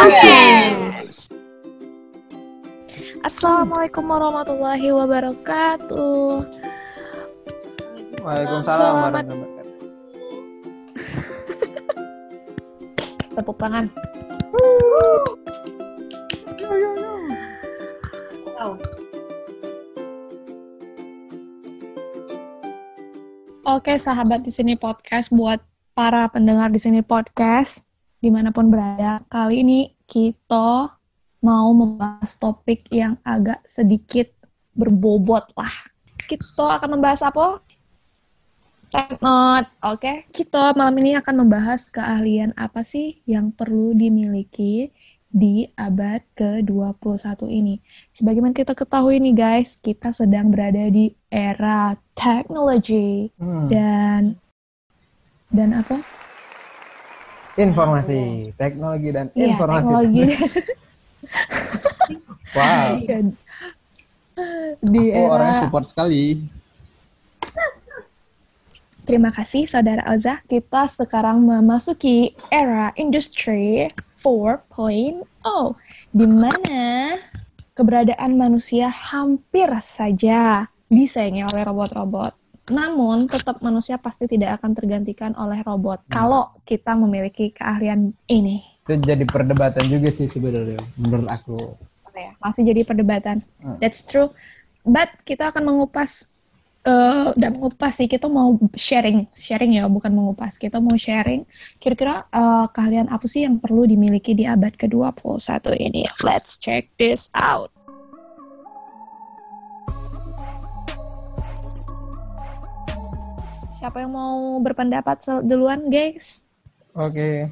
Podcast. Assalamualaikum warahmatullahi wabarakatuh. Waalaikumsalam Selamat warahmatullahi wabarakatuh. tepuk tangan. Oke, sahabat di sini podcast buat para pendengar di sini podcast dimanapun berada. Kali ini kita mau membahas topik yang agak sedikit berbobot lah. Kita akan membahas apa? Take note, oke? Kita malam ini akan membahas keahlian apa sih yang perlu dimiliki di abad ke-21 ini. Sebagaimana kita ketahui nih guys, kita sedang berada di era teknologi dan apa? Informasi, teknologi dan Iya, informasi. teknologi. Wow, Di aku orangnya era. support sekali. Terima kasih Saudara Auza. Kita sekarang memasuki era industri 4.0, di mana keberadaan manusia hampir saja disaingi oleh robot-robot. Namun, tetap manusia pasti tidak akan tergantikan oleh robot kalau kita memiliki keahlian ini. Itu jadi perdebatan juga sih sebenarnya menurut aku. Masih jadi perdebatan. That's true. But kita akan mengupas, dan mengupas sih, kita mau sharing ya, bukan mengupas. Kita mau sharing, kira-kira keahlian apa sih yang perlu dimiliki di abad ke-21 ini. Let's check this out. Siapa yang mau berpendapat duluan, guys? Oke.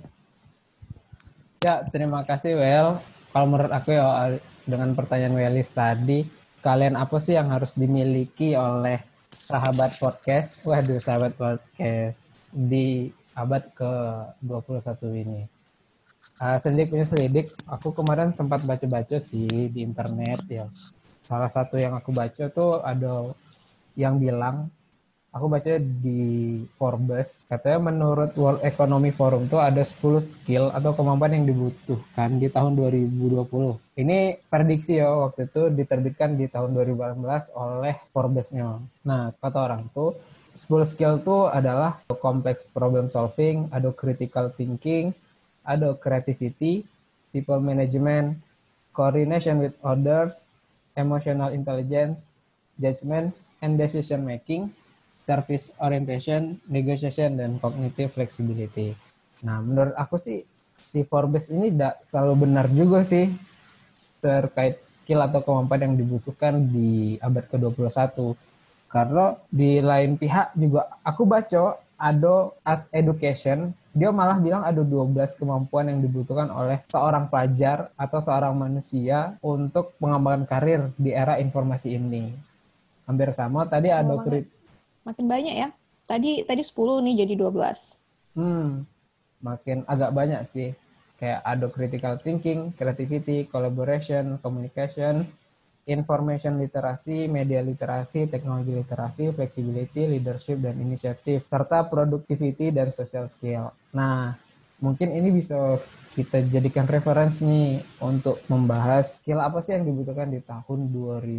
Ya, terima kasih Wel. Kalau menurut aku ya, dengan pertanyaan Welis tadi, kalian apa sih yang harus dimiliki oleh sahabat podcast? Waduh, sahabat podcast di abad ke-21 ini. Selidik, aku kemarin sempat baca-baca sih di internet ya. Salah satu yang aku baca tuh ada yang bilang, aku baca di Forbes, katanya menurut World Economic Forum tuh ada 10 skill atau kemampuan yang dibutuhkan di tahun 2020. Ini prediksi ya, waktu itu diterbitkan di tahun 2018 oleh Forbes-nya. Nah, kata orang tuh 10 skill tuh adalah complex problem solving, ada critical thinking, ada creativity, people management, coordination with others, emotional intelligence, judgment and decision making, service orientation, negotiation, dan cognitive flexibility. Nah, menurut aku sih, si Forbes ini selalu benar juga sih terkait skill atau kemampuan yang dibutuhkan di abad ke-21. Karena di lain pihak juga aku baca ada as education, dia malah bilang ada 12 kemampuan yang dibutuhkan oleh seorang pelajar atau seorang manusia untuk mengembangkan karir di era informasi ini. Hampir sama, tadi ada makin banyak ya. Tadi 10 nih jadi 12. Makin agak banyak sih. Kayak ada critical thinking, creativity, collaboration, communication, information literasi, media literasi, teknologi literasi, flexibility, leadership, dan inisiatif, serta productivity dan social skill. Nah, mungkin ini bisa kita jadikan referensi nih untuk membahas skill apa sih yang dibutuhkan di tahun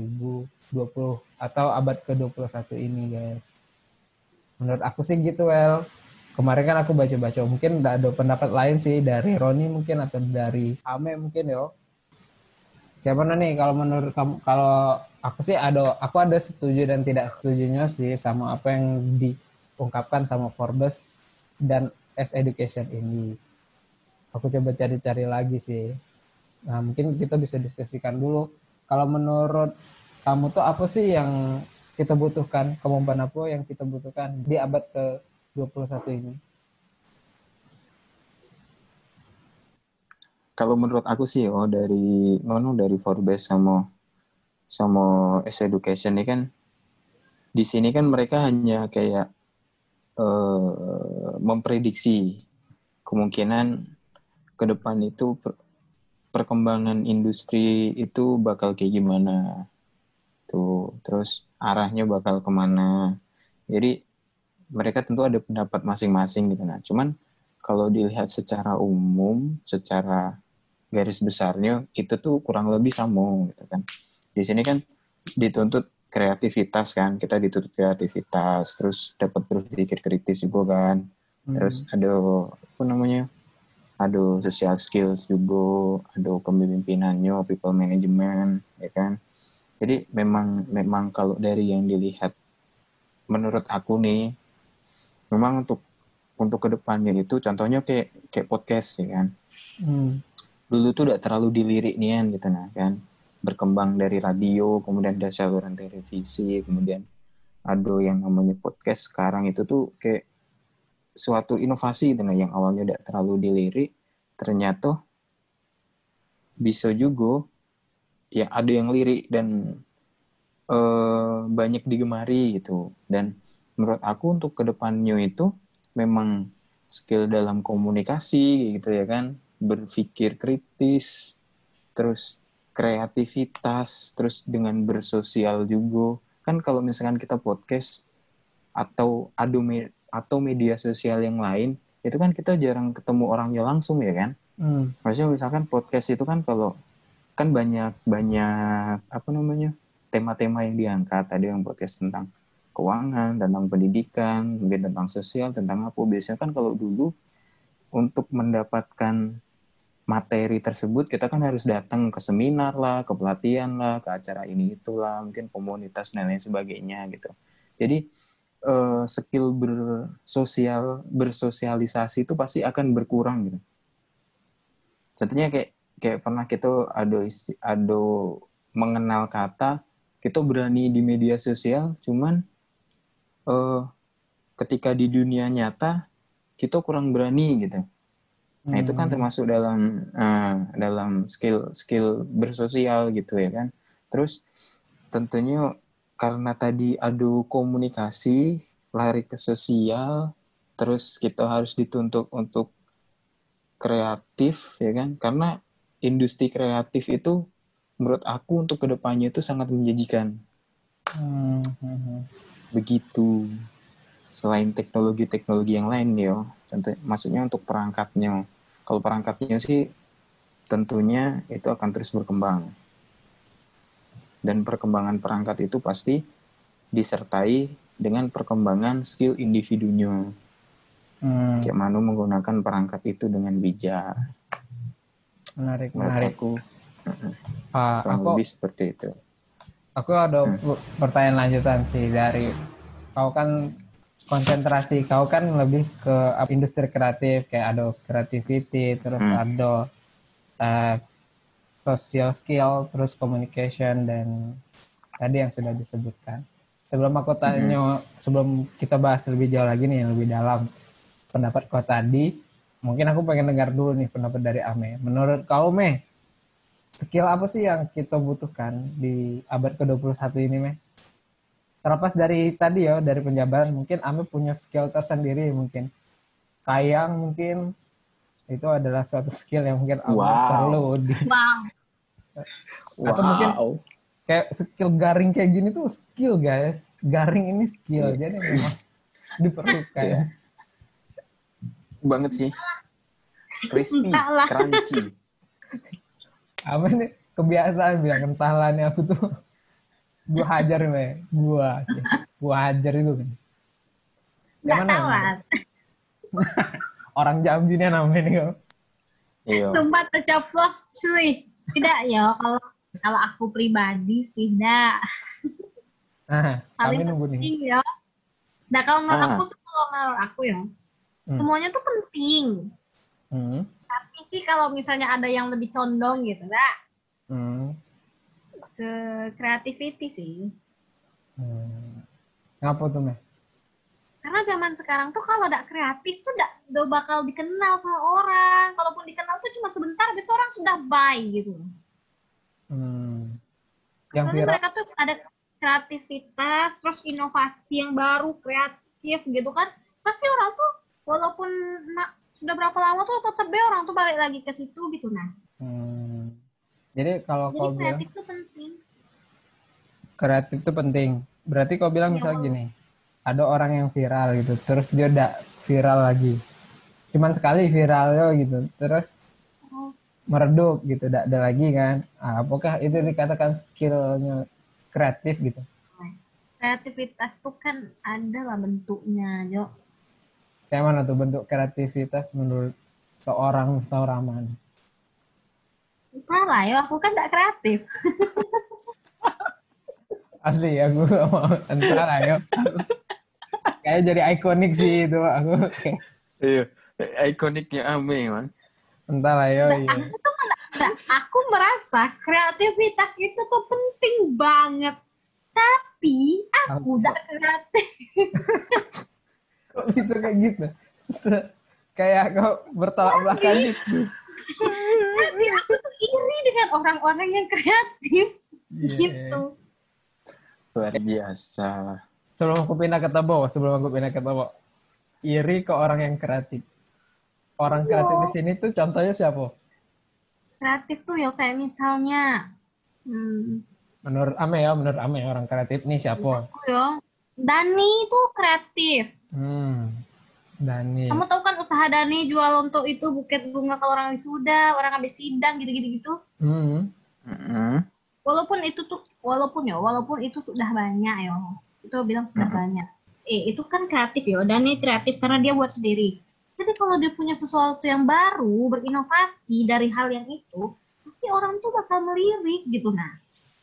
2020 atau abad ke-21 ini, guys. Menurut aku sih gitu, Well. Kemarin kan aku baca-baca, mungkin ada pendapat lain sih dari Roni mungkin atau dari Ame mungkin ya. Gimana nih kalau menurut kamu? Kalau aku sih aku ada setuju dan tidak setujunya sih sama apa yang diungkapkan sama Forbes dan as education ini. Aku coba cari-cari lagi sih. Nah, mungkin kita bisa diskusikan dulu. Kalau menurut kamu tuh apa sih yang kita butuhkan, kemampuan apa yang kita butuhkan di abad ke-21 ini? Kalau menurut aku sih dari Forbes sama S Education ini kan di sini kan mereka hanya kayak memprediksi kemungkinan ke depan itu perkembangan industri itu bakal kayak gimana tuh, terus arahnya bakal kemana. Jadi mereka tentu ada pendapat masing-masing gitu. Nah, cuman kalau dilihat secara umum, secara garis besarnya itu tuh kurang lebih sama gitu kan. Di sini kan dituntut kreativitas kan, kita dituntut kreativitas, terus dapat berpikir kritis juga kan, terus ada apa namanya, ada social skills juga, ada kepemimpinannya, people management, ya kan. Jadi memang kalau dari yang dilihat, menurut aku nih, memang untuk kedepannya itu, contohnya kayak podcast ya kan. Dulu tuh udah terlalu dilirik nian gitu nah kan, berkembang dari radio, kemudian ada saluran televisi, kemudian ada yang namanya podcast. Sekarang itu tuh kayak suatu inovasi gitu nah, yang awalnya udah terlalu dilirik, ternyata bisa juga ya ada yang lirik dan banyak digemari gitu. Dan menurut aku untuk kedepannya itu memang skill dalam komunikasi gitu ya kan, berpikir kritis, terus kreativitas, terus dengan bersosial juga. Kan kalau misalkan kita podcast atau atau media sosial yang lain, itu kan kita jarang ketemu orangnya langsung ya kan. Maksudnya misalkan podcast itu kan kalau kan banyak apa namanya, tema-tema yang diangkat. Ada yang podcast tentang keuangan, tentang pendidikan, mungkin tentang sosial, tentang apa. Biasanya kan kalau dulu untuk mendapatkan materi tersebut kita kan harus datang ke seminar lah, ke pelatihan lah, ke acara ini itulah, mungkin komunitas dan lain sebagainya gitu. Jadi skill bersosialisasi itu pasti akan berkurang gitu. Contohnya kayak pernah kita ada mengenal kata, kita berani di media sosial, cuman ketika di dunia nyata kita kurang berani gitu. Nah itu kan termasuk dalam skill bersosial gitu ya kan. Terus tentunya karena tadi adu komunikasi, lari ke sosial, terus kita harus dituntut untuk kreatif ya kan. Karena industri kreatif itu menurut aku untuk kedepannya itu sangat menjanjikan. Begitu. Selain teknologi yang lain ya, tentu maksudnya untuk perangkatnya. Kalau perangkatnya sih tentunya itu akan terus berkembang. Dan perkembangan perangkat itu pasti disertai dengan perkembangan skill individunya. Kayak mana menggunakan perangkat itu dengan bijak. Menarik. Aku lebih seperti itu. Aku ada pertanyaan lanjutan sih. Dari kau kan konsentrasi kau kan lebih ke industri kreatif, kayak ada creativity, terus ada social skill, terus communication, dan tadi yang sudah disebutkan. Sebelum aku tanya, sebelum kita bahas lebih jauh lagi nih, yang lebih dalam pendapat kau tadi, mungkin aku pengen dengar dulu nih pendapat dari Ame. Menurut kau, Me, skill apa sih yang kita butuhkan di abad ke-21 ini, Me? Terlepas dari tadi ya, dari penjabaran, mungkin Ame punya skill tersendiri mungkin. Kayang mungkin itu adalah suatu skill yang mungkin Ame perlu di... Atau mungkin kayak skill garing kayak gini tuh skill, guys. Garing ini skill, jadi memang diperlukan. Yeah. Banget sih. Crispy, crunchy. Ame nih kebiasaan bilang kentalannya aku tuh. Gue hajar nih, gue hajar itu kan. Nggak tawar. Orang Jambi nih namanya nih kok. Iya. Sumpah tercoplos cuy. Tidak ya, kalau aku pribadi sih enggak. Kami nunggu nih. Ya. Nah kalau menurut aku ya, semuanya tuh penting. Tapi sih kalau misalnya ada yang lebih condong gitu, enggak. Ke creativity sih. Ngapa tuh, Meh? Karena zaman sekarang tuh kalau udah kreatif tuh udah bakal dikenal sama orang. Kalaupun dikenal tuh cuma sebentar, habis itu orang sudah buy gitu. Yang soalnya mereka tuh ada kreativitas, terus inovasi yang baru, kreatif gitu kan. Pasti orang tuh walaupun sudah berapa lama tuh tetap orang tuh balik lagi ke situ gitu nah. Jadi kalau kau bilang kreatif itu penting. Kreatif itu penting. Berarti kau bilang misalnya gini, ada orang yang viral gitu, terus dia udah viral lagi. Cuman sekali viralnya gitu. Terus meredup gitu, tidak ada lagi kan. Apakah itu dikatakan skillnya kreatif gitu? Kreativitas tuh kan ada lah bentuknya, Jo. Kayak mana tuh bentuk kreativitas menurut seorang Tauraman? Salah ya, aku kan gak kreatif. Asli aku gak mau entar ayo. Kayak jadi ikonik sih itu aku. Kayak, Iya, ikoniknya Ame, man. entar ayo. Nah, Iya. aku merasa kreativitas itu tuh penting banget. Tapi aku gak kreatif. Kok bisa kayak gitu? Kayak kau bertolak belakang gitu. Tapi aku tuh iri dengan orang-orang yang kreatif. Iya. Gitu. Luar biasa. Sebelum aku pindah ke Tebo, iri ke orang yang kreatif. Orang kreatif di sini tuh contohnya siapa? Kreatif tuh ya kayak misalnya Menurut Ame orang kreatif nih siapa? aku ya Dani tuh kreatif. Dani. Kamu tahu kan usaha Dani jual untuk itu buket bunga kalau orang wisuda, orang habis sidang gitu-gitu. Walaupun itu sudah banyak ya. Itu bilang sudah banyak. Itu kan kreatif ya. Dani kreatif karena dia buat sendiri. Tapi kalau dia punya sesuatu yang baru, berinovasi dari hal yang itu, pasti orang tuh bakal melirik gitu nah.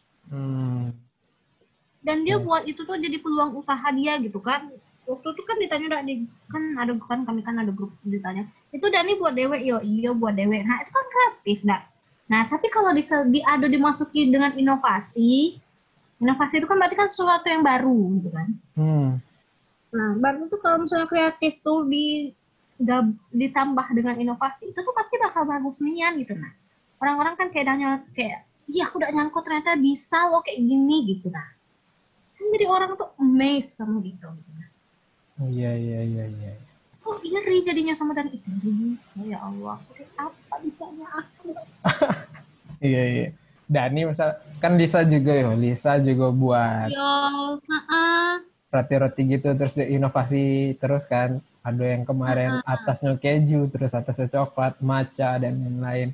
Dan dia buat itu tuh jadi peluang usaha dia gitu kan. Waktu itu kan ditanya kami kan ada grup ditanya. Itu Dani buat dewek yo, iya buat dewek. Nah, itu kan kreatif, nah. Nah, tapi kalau dimasuki dengan inovasi itu kan berarti kan sesuatu yang baru gitu kan. Nah, baru tuh kalau misalnya kreatif tuh ditambah dengan inovasi itu tuh pasti bakal bagus nian gitu nah. Orang-orang kan kayak iya aku udah nyangkut ternyata bisa loh kayak gini gitu nah. Kan jadi orang tuh amazed sama gitu. Iya. Oh iri jadinya sama dan itu bisa ya Allah. Apa bisanya aku? Iya. Dani misal kan Lisa juga buat roti-roti gitu terus inovasi terus kan. Ada yang kemarin atasnya keju terus atasnya coklat, matcha dan lain-lain.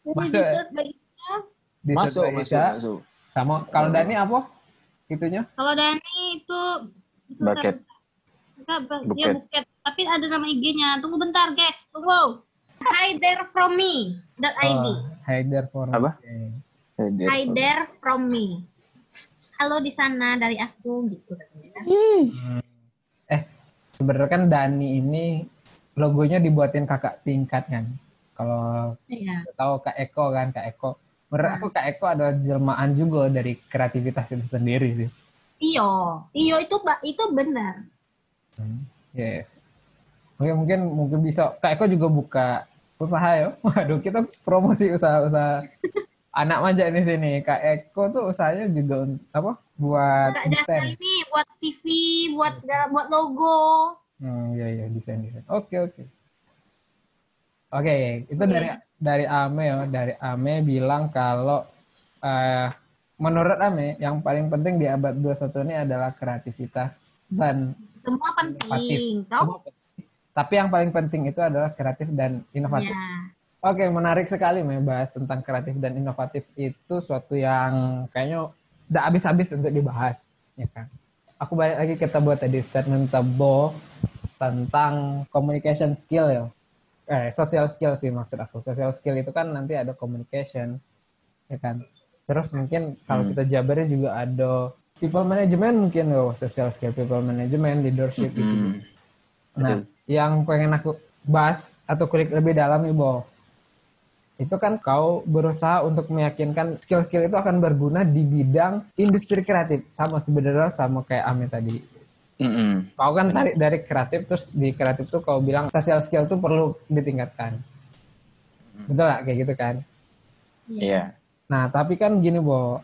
Masuk. Sama kalau Dani apa? Itunya? Kalau Dani itu Bucket. Dia buket. Tapi ada nama IG-nya. Tunggu bentar, guys. Tunggu. Hi there from me.id. Hi there from me. Apa? Hi there from me. Halo di sana dari aku gitu katanya. Sebenarnya kan Dani ini logonya dibuatin kakak tingkat kan. Kalau tahu Kak Eko kan, Kak Eko. Menurut aku Kak Eko adalah jelmaan juga dari kreativitas itu sendiri sih. Iyo itu benar. Yes. Mungkin bisa Kak Eko juga buka usaha ya. Waduh, kita promosi usaha anak manja di sini. Kak Eko tuh usahanya juga apa? Buat desain. Ini buat CV, buat logo. Iya, desain. Oke. Oke, itu dari Ame ya. Dari Ame bilang kalau menurut Ame yang paling penting di abad 21 ini adalah kreativitas dan semua penting, tau? Tapi yang paling penting itu adalah kreatif dan inovatif. Oke, menarik sekali membahas tentang kreatif dan inovatif itu suatu yang kayaknya udah habis-habis untuk dibahas, ya kan? Aku balik lagi ke Tebo tadi, statement Tebo tentang communication skill ya. Social skill sih maksud aku. Social skill itu kan nanti ada communication, ya kan? Terus mungkin kalau kita jabarnya juga ada people management mungkin social skill, people management, leadership gitu. Nah, yang pengen aku bahas atau kulik lebih dalam nih, Bo. Itu kan kau berusaha untuk meyakinkan skill-skill itu akan berguna di bidang industri kreatif. Sebenarnya sama kayak Ame tadi. Kau kan dari kreatif, terus di kreatif tuh kau bilang social skill tuh perlu ditingkatkan. Betul gak? Kayak gitu kan? Iya. Nah, tapi kan gini, Bo.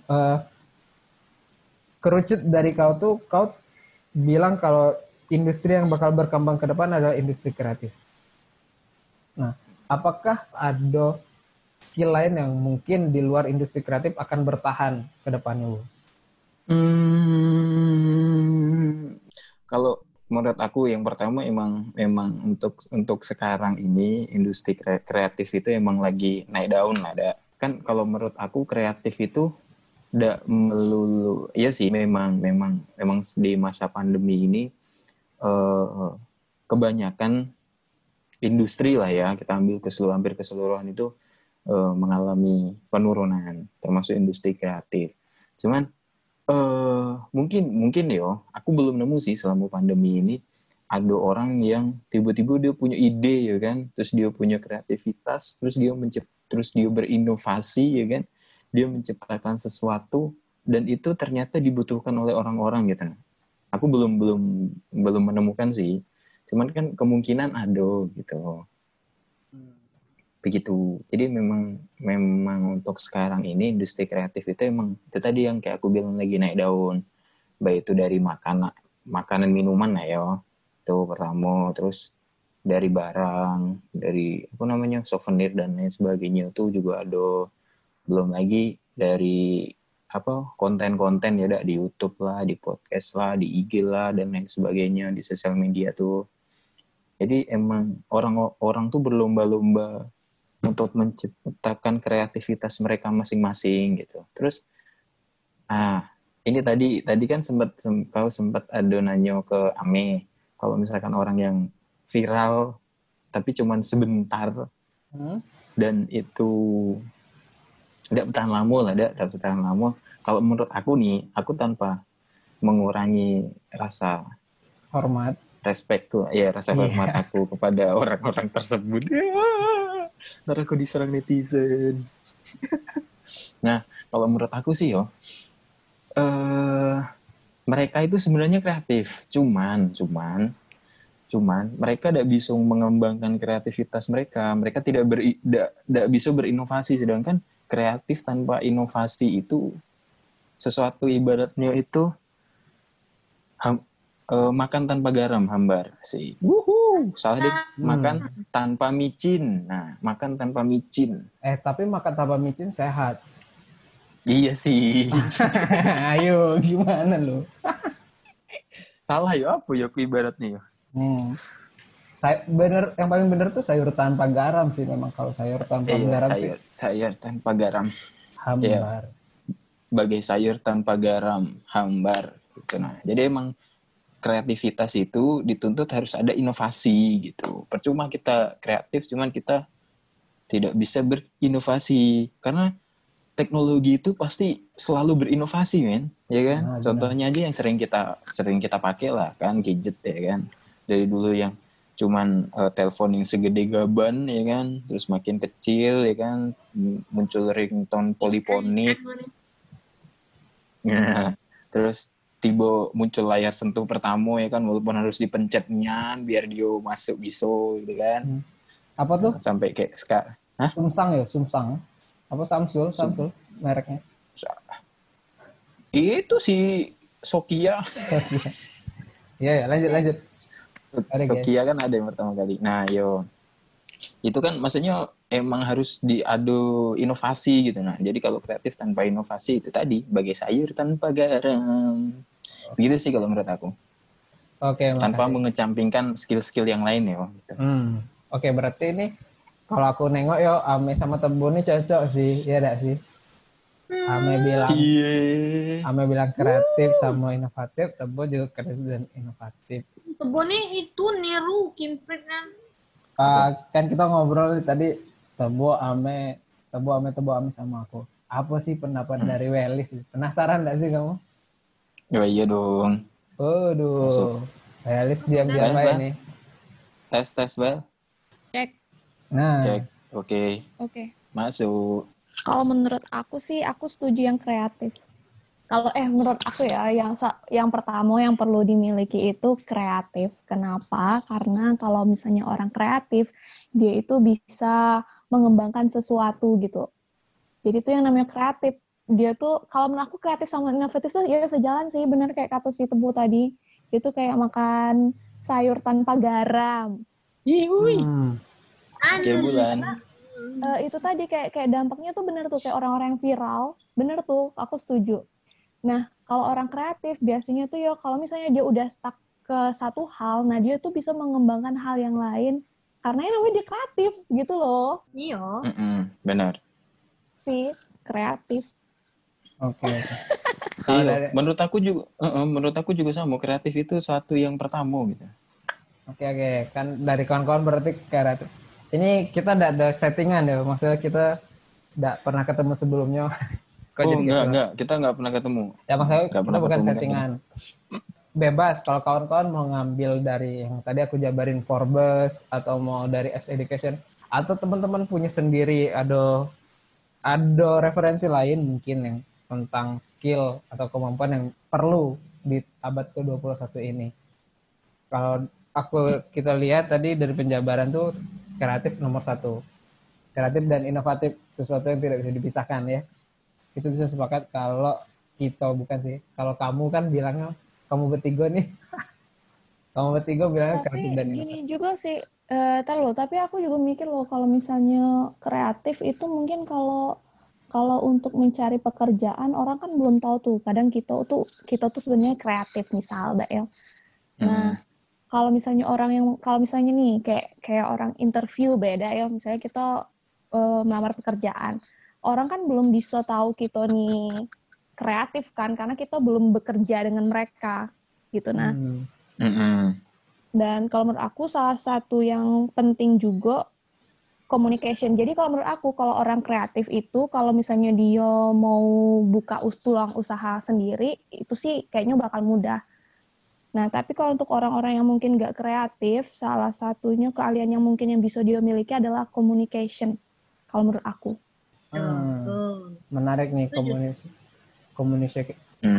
Kerucut dari kau tuh, kau bilang kalau industri yang bakal berkembang ke depan adalah industri kreatif. Nah, apakah ada skill lain yang mungkin di luar industri kreatif akan bertahan ke depannya, Bu? Kalau menurut aku yang pertama emang untuk sekarang ini industri kreatif itu emang lagi naik daun lah. Kan kalau menurut aku kreatif itu tidak melulu, iya sih memang di masa pandemi ini kebanyakan industri lah ya, kita ambil hampir keseluruhan itu mengalami penurunan, termasuk industri kreatif. Cuman mungkin yo, aku belum nemu sih selama pandemi ini ada orang yang tiba-tiba dia punya ide ya kan, terus dia punya kreativitas, terus dia berinovasi ya kan, dia menciptakan sesuatu dan itu ternyata dibutuhkan oleh orang-orang gitu. Aku belum menemukan sih, cuman kan kemungkinan ada gitu. Begitu. Jadi memang untuk sekarang ini industri kreatif itu emang itu tadi yang kayak aku bilang lagi naik daun. Baik itu dari makanan minuman lah ya. Itu pertama, terus dari barang, dari apa namanya souvenir dan lain sebagainya itu juga ada. Belum lagi dari apa konten-konten ya di YouTube lah, di podcast lah, di IG lah dan lain sebagainya di sosial media tuh. Jadi emang orang tuh berlomba-lomba untuk menciptakan kreativitas mereka masing-masing gitu. Terus ini tadi kan kau sempat ada nanya ke Ame kalau misalkan orang yang viral tapi cuman sebentar dan itu tidak bertahan lama lah, tidak bertahan lama. Kalau menurut aku nih, aku tanpa mengurangi rasa Hormat. respect tuh, ya rasa hormat aku kepada orang-orang tersebut. Ntar aku diserang netizen. Nah, kalau menurut aku sih mereka itu sebenarnya kreatif, cuman mereka tidak bisa mengembangkan kreativitas mereka. Mereka tidak bisa berinovasi, sedangkan kreatif tanpa inovasi itu sesuatu ibaratnya itu makan tanpa garam, hambar sih. Salah deh. Makan tanpa micin. Nah, makan tanpa micin. Tapi makan tanpa micin sehat. Iya sih. Ayo, gimana lo? Salah ya apa ya ibaratnya ya? Yang paling bener tuh sayur tanpa garam sih memang. Kalau sayur tanpa garam sayur tanpa garam. Hambar. Bagai sayur tanpa garam, hambar gitu. Nah, jadi emang kreativitas itu dituntut harus ada inovasi gitu. Percuma kita kreatif cuman kita tidak bisa berinovasi karena teknologi itu pasti selalu berinovasi men, ya kan? Contohnya aja yang sering kita pakai lah kan gadget ya kan. Dari dulu yang cuman telepon yang segede gaban ya kan, terus makin kecil ya kan, muncul ringtone poliponik. Nah, terus tiba muncul layar sentuh pertama ya kan, walaupun harus dipencetnya biar dia masuk bisa gitu kan. Apa tuh? Sampai kayak sekarang. Sumsang. Apa Samsung mereknya? Itu si Sokia. Iya, lanjut. Sokia kan ada yang pertama kali. Nah, itu kan maksudnya emang harus diadu inovasi gitu. Nah, jadi kalau kreatif tanpa inovasi itu tadi bagai sayur tanpa garam. Begitu sih kalau menurut aku. Oke, tanpa mengecampingkan skill-skill yang lain ya. Gitu. Oke, berarti ini kalau aku nengok Ame sama Tebu ini cocok sih, ya enggak sih? Ame bilang kreatif sama inovatif, Tebu juga kreatif dan inovatif. Tebu nih itu niru Kimprit kan? Kan kita ngobrol tadi Tebu Ame sama aku. Apa sih pendapat dari Welis? Penasaran enggak sih kamu? Ya iya dong. Waduh. Welis diam-diam aja nih. Tes Bel. Cek. Nah. Cek. Oke. Masuk. Kalau menurut aku sih, aku setuju yang kreatif. Kalau menurut aku ya, yang pertama yang perlu dimiliki itu kreatif. Kenapa? Karena kalau misalnya orang kreatif, dia itu bisa mengembangkan sesuatu gitu. Jadi itu yang namanya kreatif. Dia tuh, kalau menurut aku kreatif sama inovatif tuh ya sejalan sih, bener kayak kata si Tebu tadi. Dia tuh kayak makan sayur tanpa garam. Akhir bulan. Itu tadi kayak dampaknya tuh bener tuh, kayak orang-orang yang viral, bener tuh, aku setuju. Nah, kalau orang kreatif biasanya tuh kalau misalnya dia udah stuck ke satu hal, nah dia tuh bisa mengembangkan hal yang lain karena yang namanya dia kreatif gitu loh. Iya. Benar. Sih, kreatif. Oke. Kalau Iya, dari menurut aku juga sama, kreatif itu satu yang pertama gitu. oke, kan dari kawan-kawan berarti kreatif. Ini kita tidak ada settingan ya, maksudnya kita tidak pernah ketemu sebelumnya. Kok Oh, jadi gitu? enggak, kita enggak pernah ketemu. Ya maksudnya Enggak kita pernah bukan ketemu kan. settingan. Bebas kalau kawan-kawan mau ngambil dari yang tadi aku jabarin Forbes atau mau dari S Education atau teman-teman punya sendiri ada referensi lain mungkin yang tentang skill atau kemampuan yang perlu di abad ke-21 ini. Kalau kita lihat tadi dari penjabaran tuh kreatif nomor 1. Kreatif dan inovatif sesuatu yang tidak bisa dipisahkan ya. Itu bisa sepakat kalau kita bukan sih. Kalau kamu kan bilangnya kamu bertiga nih. Kamu bertiga bilangnya kreatif Tapi dan gini inovatif. juga sih, tapi aku juga mikir loh kalau misalnya kreatif itu mungkin kalau untuk mencari pekerjaan orang kan belum tahu tuh. Kadang kita tuh sebenarnya kreatif misal, Mbak El. Nah, kalau misalnya nih kayak orang interview beda ya, misalnya kita melamar pekerjaan. Orang kan belum bisa tahu kita nih kreatif kan karena kita belum bekerja dengan mereka gitu. Nah, dan kalau menurut aku salah satu yang penting juga communication. Jadi kalau menurut aku kalau orang kreatif itu kalau misalnya dia mau buka peluang usaha sendiri itu sih kayaknya bakal mudah. Nah, tapi kalau untuk orang-orang yang mungkin nggak kreatif, salah satunya keahlian yang mungkin yang bisa dia miliki adalah communication. Kalau menurut aku. Menarik nih komunikasi.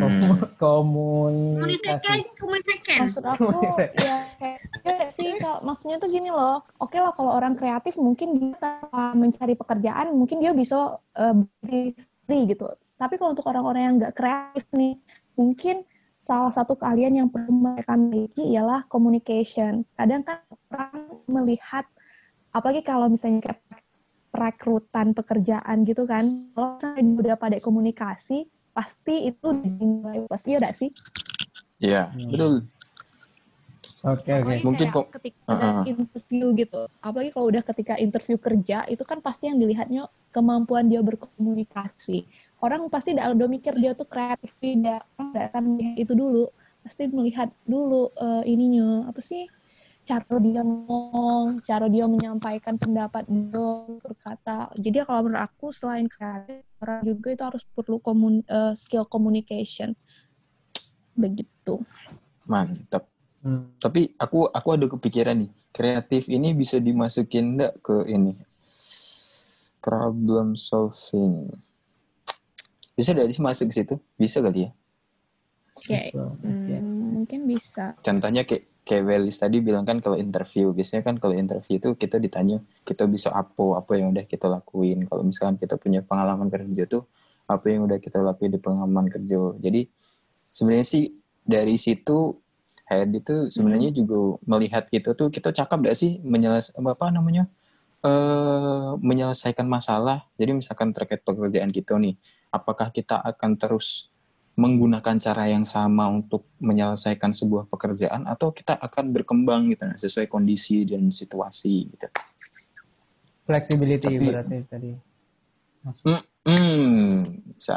Maksud aku ya kayak sih maksudnya tuh gini loh. Oke lah kalau orang kreatif mungkin dia mencari pekerjaan mungkin dia bisa berdiri gitu. Tapi kalau untuk orang-orang yang nggak kreatif nih, mungkin salah satu keahlian yang perlu mereka miliki ialah communication. Kadang kan orang melihat, apalagi kalau misalnya kayak perekrutan pekerjaan gitu kan, kalau misalnya udah pada komunikasi, pasti itu dimulai plus. Iya nggak sih? Iya, betul. Oke. Mungkin kok ketika interview gitu. Apalagi kalau udah ketika interview kerja, itu kan pasti yang dilihatnya kemampuan dia berkomunikasi. Orang pasti udah mikir dia tuh kreatif, tidak akan melihat itu dulu. Pasti melihat dulu apa sih? Cara dia ngomong, cara dia menyampaikan pendapat dia, berkata. Jadi kalau menurut aku selain kreatif, orang juga itu harus perlu skill communication. Begitu. mantap. Tapi aku ada kepikiran nih, kreatif ini bisa dimasukin enggak ke ini problem solving? Bisa dari masuk ke situ? Bisa kali ya? Mungkin bisa. Contohnya kayak Welis tadi bilang kan kalau interview, biasanya kan kalau interview itu kita ditanya kita bisa apa yang udah kita lakuin. Kalau misalkan kita punya pengalaman kerja tuh apa yang udah kita lakuin di pengalaman kerja. Jadi sebenarnya sih dari situ HRD itu sebenarnya juga melihat kita tuh kita cakap gak sih menyelesaikan masalah. Jadi misalkan terkait pekerjaan kita nih, apakah kita akan terus menggunakan cara yang sama untuk menyelesaikan sebuah pekerjaan atau kita akan berkembang gitu sesuai kondisi dan situasi gitu. Flexibility berarti tadi. Bisa.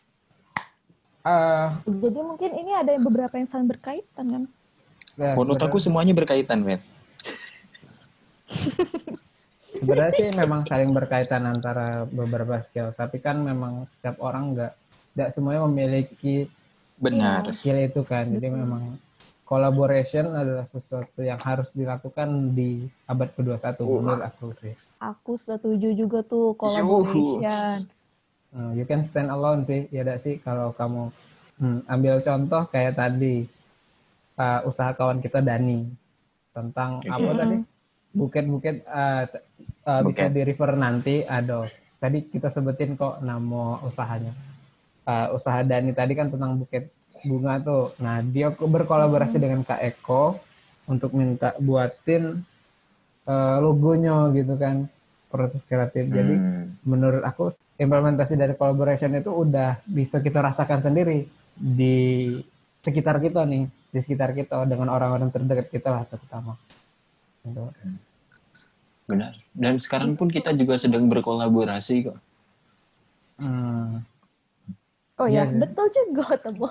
Jadi mungkin ini ada beberapa yang saling berkaitan kan? Menurut aku semuanya berkaitan, Wet. Sebenarnya sih memang saling berkaitan antara beberapa skill, tapi kan memang setiap orang nggak semuanya memiliki skill itu kan. Jadi memang collaboration adalah sesuatu yang harus dilakukan di abad ke-21 menurut aku sih. Aku setuju juga tuh collaboration. You can stand alone sih, ya sih kalau kamu ambil contoh kayak tadi usaha kawan kita Dani tentang apa tadi buket bisa di refer nanti. Tadi kita sebutin kok nama usahanya. Usaha Dani tadi kan tentang buket bunga tuh. Nah dia berkolaborasi dengan Kak Eko untuk minta buatin logonya gitu kan, proses kreatif. Jadi menurut aku implementasi dari collaboration itu udah bisa kita rasakan sendiri di sekitar kita nih. di sekitar kita, dengan orang-orang terdekat kita lah terutama. Gitu. Benar. Dan sekarang pun kita juga sedang berkolaborasi kok. Oh Iya ya, sih. betul juga Tebo.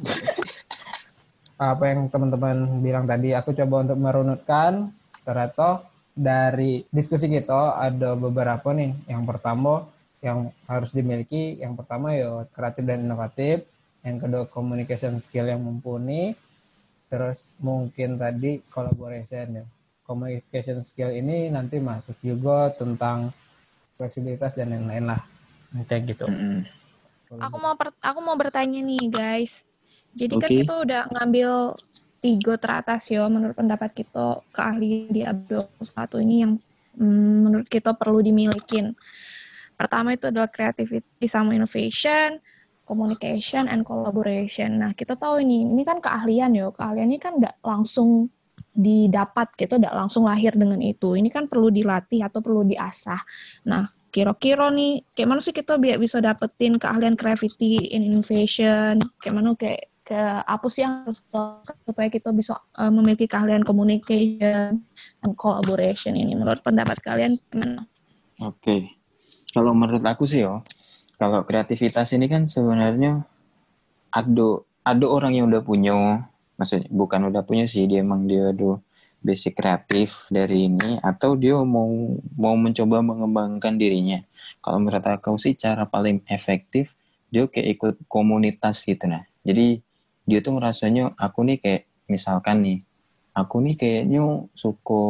Apa yang teman-teman bilang tadi, aku coba untuk merunutkan. Ternyata dari diskusi kita ada beberapa nih. Yang pertama yang harus dimiliki, yang pertama ya kreatif dan inovatif. Yang kedua communication skill yang mumpuni. Terus mungkin tadi collaboration ya. Communication skill ini nanti masuk juga tentang fleksibilitas dan lain-lain lah. Kayak gitu. Aku mau bertanya nih guys. Jadi kan Oke. kita udah ngambil 3 teratas ya menurut pendapat kita keahlian di abad 21 ini yang menurut kita perlu dimilikin. Pertama itu adalah creativity sama innovation, communication and collaboration. Nah, kita tahu ini kan keahlian ya. Keahlian ini kan enggak langsung didapat gitu, enggak langsung lahir dengan itu. Ini kan perlu dilatih atau perlu diasah. Nah, kira-kira nih, kayak mana sih kita bisa dapetin keahlian creativity and innovation? Kayak mana apa sih yang harus supaya kita bisa memiliki keahlian communication and collaboration ini? Menurut pendapat kalian gimana? Oke. Kalau menurut aku sih kalau kreativitas ini kan sebenarnya ada orang yang udah punya, maksudnya bukan udah punya sih, dia ada basic kreatif dari ini, atau dia mau mencoba mengembangkan dirinya. Kalau menurut aku sih cara paling efektif dia kayak ikut komunitas gitu nah. Jadi dia tuh ngerasanya aku nih kayak misalkan nih, aku nih kayaknya suka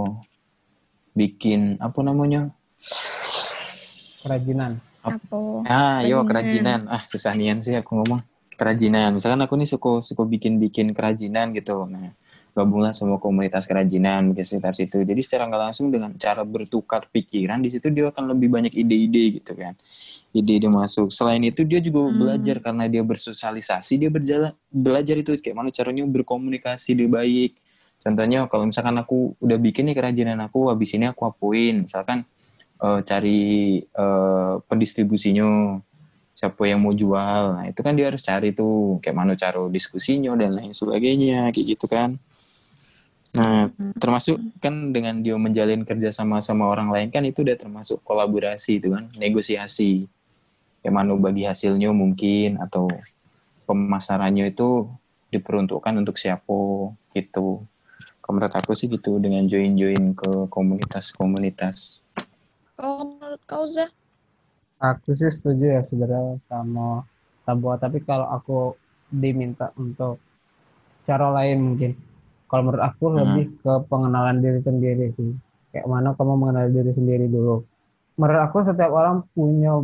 bikin apa namanya? Kerajinan. Kerajinan. Susah nian sih aku ngomong. Kerajinan. Misalkan aku nih suka bikin kerajinan gitu. Nah, gabunglah sama komunitas kerajinan di sekitar situ. Jadi secara nggak langsung dengan cara bertukar pikiran di situ dia akan lebih banyak ide-ide gitu kan. Ide-ide masuk. Selain itu dia juga belajar karena dia bersosialisasi, dia belajar itu kayak mana caranya berkomunikasi dia baik. Contohnya kalau misalkan aku udah bikin nih kerajinan aku, habis ini aku apuin. Misalkan cari pendistribusinya, siapa yang mau jual. Nah itu kan dia harus cari tuh kayak mana cara diskusinya dan lain sebagainya kayak gitu kan. Nah termasuk kan dengan dia menjalin kerja sama orang lain kan itu udah termasuk kolaborasi itu kan, negosiasi kayak mana bagi hasilnya mungkin, atau pemasarannya itu diperuntukkan untuk siapa gitu. Kalau menurut aku sih gitu, dengan join ke komunitas-komunitas. Oh, menurut kau, Zah? Aku sih setuju ya sebenarnya sama Tabua, tapi kalau aku diminta untuk cara lain mungkin. Kalau menurut aku lebih ke pengenalan diri sendiri sih. Kayak mana kamu mengenal diri sendiri dulu. Menurut aku setiap orang punya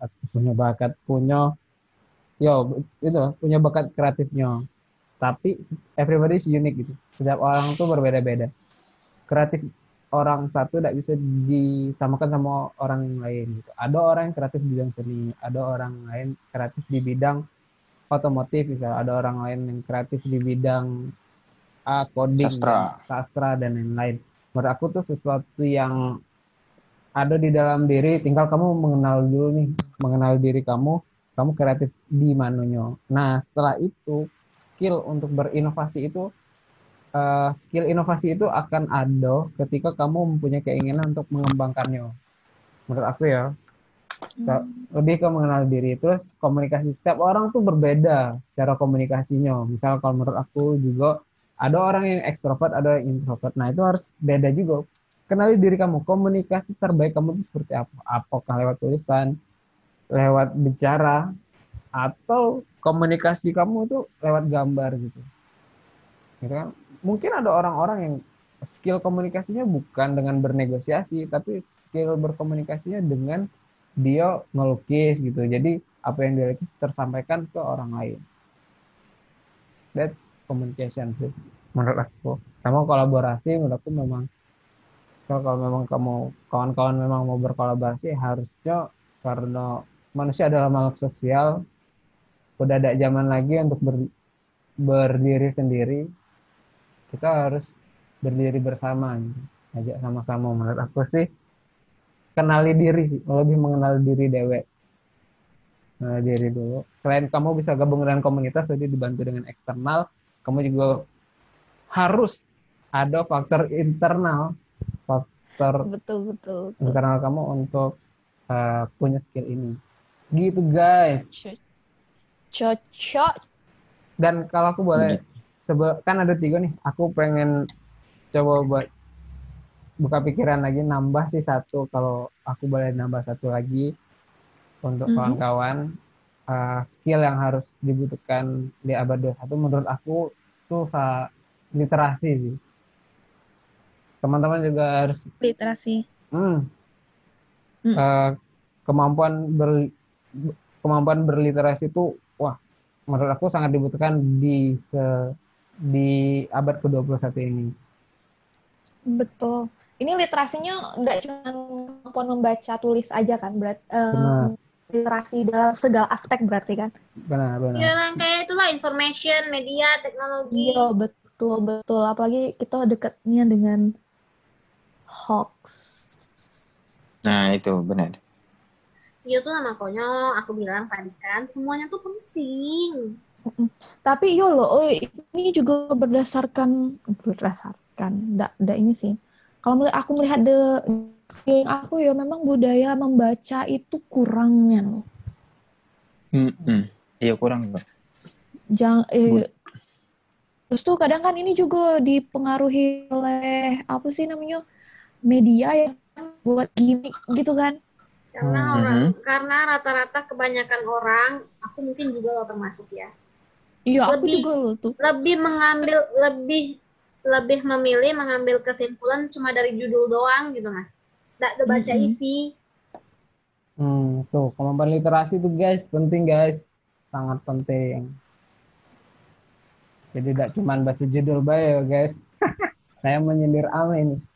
punya bakat kreatifnya. Tapi everybody is unique gitu. Setiap orang tuh berbeda-beda. Kreatif orang satu tidak bisa disamakan sama orang lain gitu. Ada orang yang kreatif di bidang seni, ada orang lain kreatif di bidang otomotif misalnya, ada orang lain yang kreatif di bidang coding, sastra dan lain-lain. Menurut aku tuh sesuatu yang ada di dalam diri, tinggal kamu mengenal dulu nih, mengenal diri kamu kreatif di mananya. Nah, setelah itu skill untuk berinovasi itu skill inovasi itu akan ada ketika kamu mempunyai keinginan untuk mengembangkannya. Menurut aku ya, lebih ke mengenal diri. Terus komunikasi, setiap orang tuh berbeda cara komunikasinya. Misal kalau menurut aku juga ada orang yang ekstrovert, ada yang introvert. Nah itu harus beda juga. Kenali diri kamu, komunikasi terbaik kamu itu seperti apa? Apakah lewat tulisan, lewat bicara, atau komunikasi kamu itu lewat gambar gitu. Gitu kan? Mungkin ada orang-orang yang skill komunikasinya bukan dengan bernegosiasi, tapi skill berkomunikasinya dengan dia melukis gitu. Jadi apa yang dia lukis tersampaikan ke orang lain. That's communication sih menurut aku. Sama kolaborasi menurut aku memang. So kalau memang kawan-kawan memang mau berkolaborasi harusnya, karena manusia adalah makhluk sosial. Udah ada zaman lagi untuk berdiri sendiri. Kita harus berdiri bersama, ajak sama-sama. Menurut aku sih kenali diri sih, lebih mengenal diri dewek. Mengenal diri dulu. Selain kamu bisa gabung dengan komunitas, jadi dibantu dengan eksternal, kamu juga harus ada faktor Betul. internal kamu untuk punya skill ini. Gitu guys. Cocok. Dan kalau aku boleh, kan ada 3 nih. Aku pengen coba buat buka pikiran lagi, nambah sih 1. Kalau aku boleh nambah 1 lagi untuk kawan-kawan, skill yang harus dibutuhkan di abad 21 menurut aku tuh literasi sih. Teman-teman juga harus Literasi. Kemampuan berliterasi itu menurut aku sangat dibutuhkan di abad ke-21 ini. Betul. Ini literasinya nggak cuma kemampuan membaca tulis aja kan, Benar. literasi dalam segala aspek berarti kan? Benar. Ya, kayak itulah information, media, teknologi. Iya, betul. Apalagi kita dekatnya dengan hoax. Nah, itu benar. Ya tuh makanya aku bilang tadi kan, semuanya tuh penting. Tapi ini juga berdasarkan, enggak ini sih. Kalau aku melihat feeling aku ya memang budaya membaca itu kurangnya loh. Iya kurang Mbak. Terus tuh kadang kan ini juga dipengaruhi oleh apa sih namanya media yang buat gimmick gitu kan? Karena rata-rata kebanyakan orang, aku mungkin juga lo termasuk ya. Iya, aku juga lo tuh. Lebih memilih mengambil kesimpulan cuma dari judul doang gitu nah. Nggak baca isi. Tuh kemampuan literasi tuh guys, penting guys, sangat penting. Jadi tidak cuma baca judul bae guys. Saya menyindir Ame ini.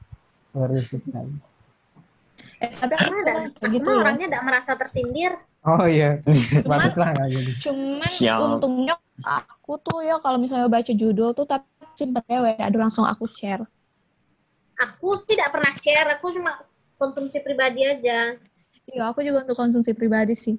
Tapi aku orangnya tidak merasa tersindir. Oh iya, baguslah nggak gitu. Cuman untungnya aku tuh ya kalau misalnya baca judul tuh tapi simpen ada langsung aku share. Aku tidak pernah share, aku cuma konsumsi pribadi aja. Iya, aku juga untuk konsumsi pribadi sih.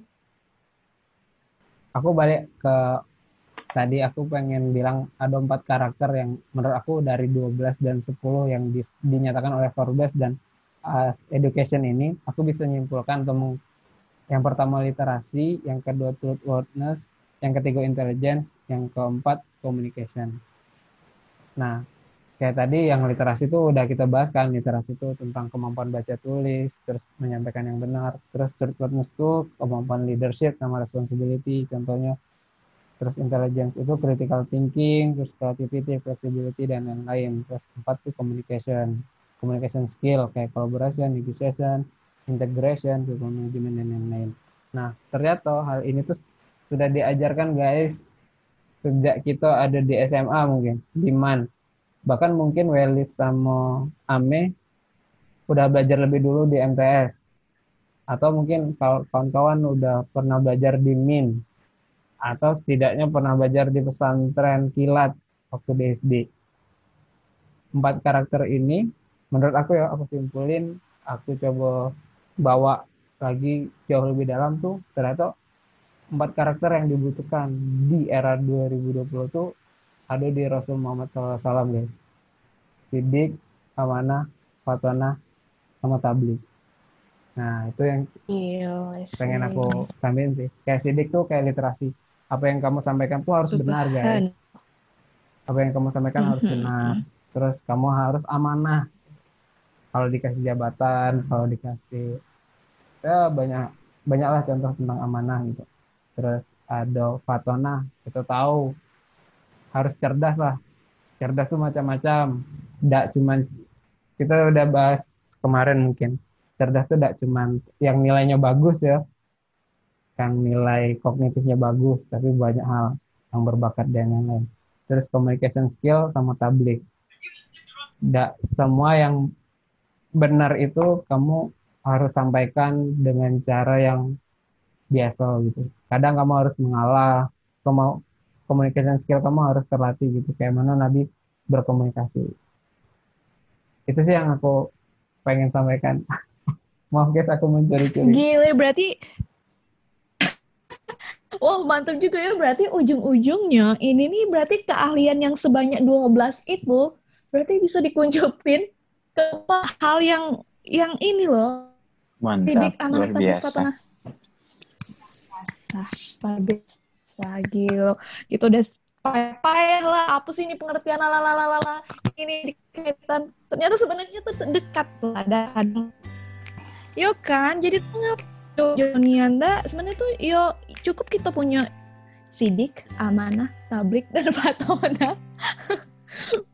Aku balik ke tadi, aku pengen bilang ada 4 karakter yang menurut aku dari 12 dan 10 yang dinyatakan oleh Forbes dan Education ini, aku bisa menyimpulkan yang pertama literasi, yang kedua truthworthiness, yang ketiga intelligence, yang keempat communication. Nah, kayak tadi yang literasi itu udah kita bahas kan, literasi itu tentang kemampuan baca tulis, terus menyampaikan yang benar, terus truthworthiness itu kemampuan leadership sama responsibility contohnya, terus intelligence itu critical thinking, terus creativity, flexibility, dan lain-lain. Terus 4 itu communication skill kayak collaboration, negotiation, integration, people management, dan lain-lain. Nah, ternyata hal ini tuh sudah diajarkan guys sejak kita ada di SMA mungkin, di MAN. Bahkan mungkin Welis sama Ame udah belajar lebih dulu di MTS. Atau mungkin kalau kawan-kawan udah pernah belajar di MIN. Atau setidaknya pernah belajar di pesantren kilat waktu di SD. 4 karakter ini, menurut aku ya, aku simpulin, aku coba bawa lagi jauh lebih dalam tuh, ternyata 4 karakter yang dibutuhkan di era 2020 tuh ada di Rasul Muhammad SAW guys. Sidik, amanah, fatwanah, sama tabligh. Nah itu yang pengen aku sampein sih. Kayak sidik tuh kayak literasi. Apa yang kamu sampaikan tuh harus benar guys. Apa yang kamu sampaikan harus benar. Terus kamu harus amanah. Kalau dikasih jabatan, kalau dikasih ya banyaklah contoh tentang amanah gitu. Terus ada fatwanah, kita tahu harus cerdas lah. Cerdas tuh macam-macam. Tidak cuman kita udah bahas kemarin mungkin. Cerdas tuh tidak cuman yang nilainya bagus ya, yang nilai kognitifnya bagus, tapi banyak hal yang berbakat dan lain-lain. Terus communication skill sama tabligh. Tidak semua yang benar itu kamu harus sampaikan dengan cara yang biasa gitu. Kadang kamu harus mengalah, communication skill kamu harus terlatih gitu. Kayak mana Nabi berkomunikasi. Itu sih yang aku pengen sampaikan. Maaf guys, aku mencuri-curi. Gile, berarti Wah, mantap juga ya. Berarti ujung-ujungnya ini nih berarti keahlian yang sebanyak 12 itu berarti bisa dikuncupin ke hal yang ini loh. Sidik Mantap, amanah luar tabligh biasa. fatonah. Luar biasa gitu. Gitu udah payah lah. Apa sih ini pengertian lalalala ini dikaitan. Ternyata sebenarnya tuh dekat tuh ada kadang. Yo kan, jadi tuh Jonianda sebenarnya tuh yo cukup kita punya sidik, amanah, tablik dan fatonah.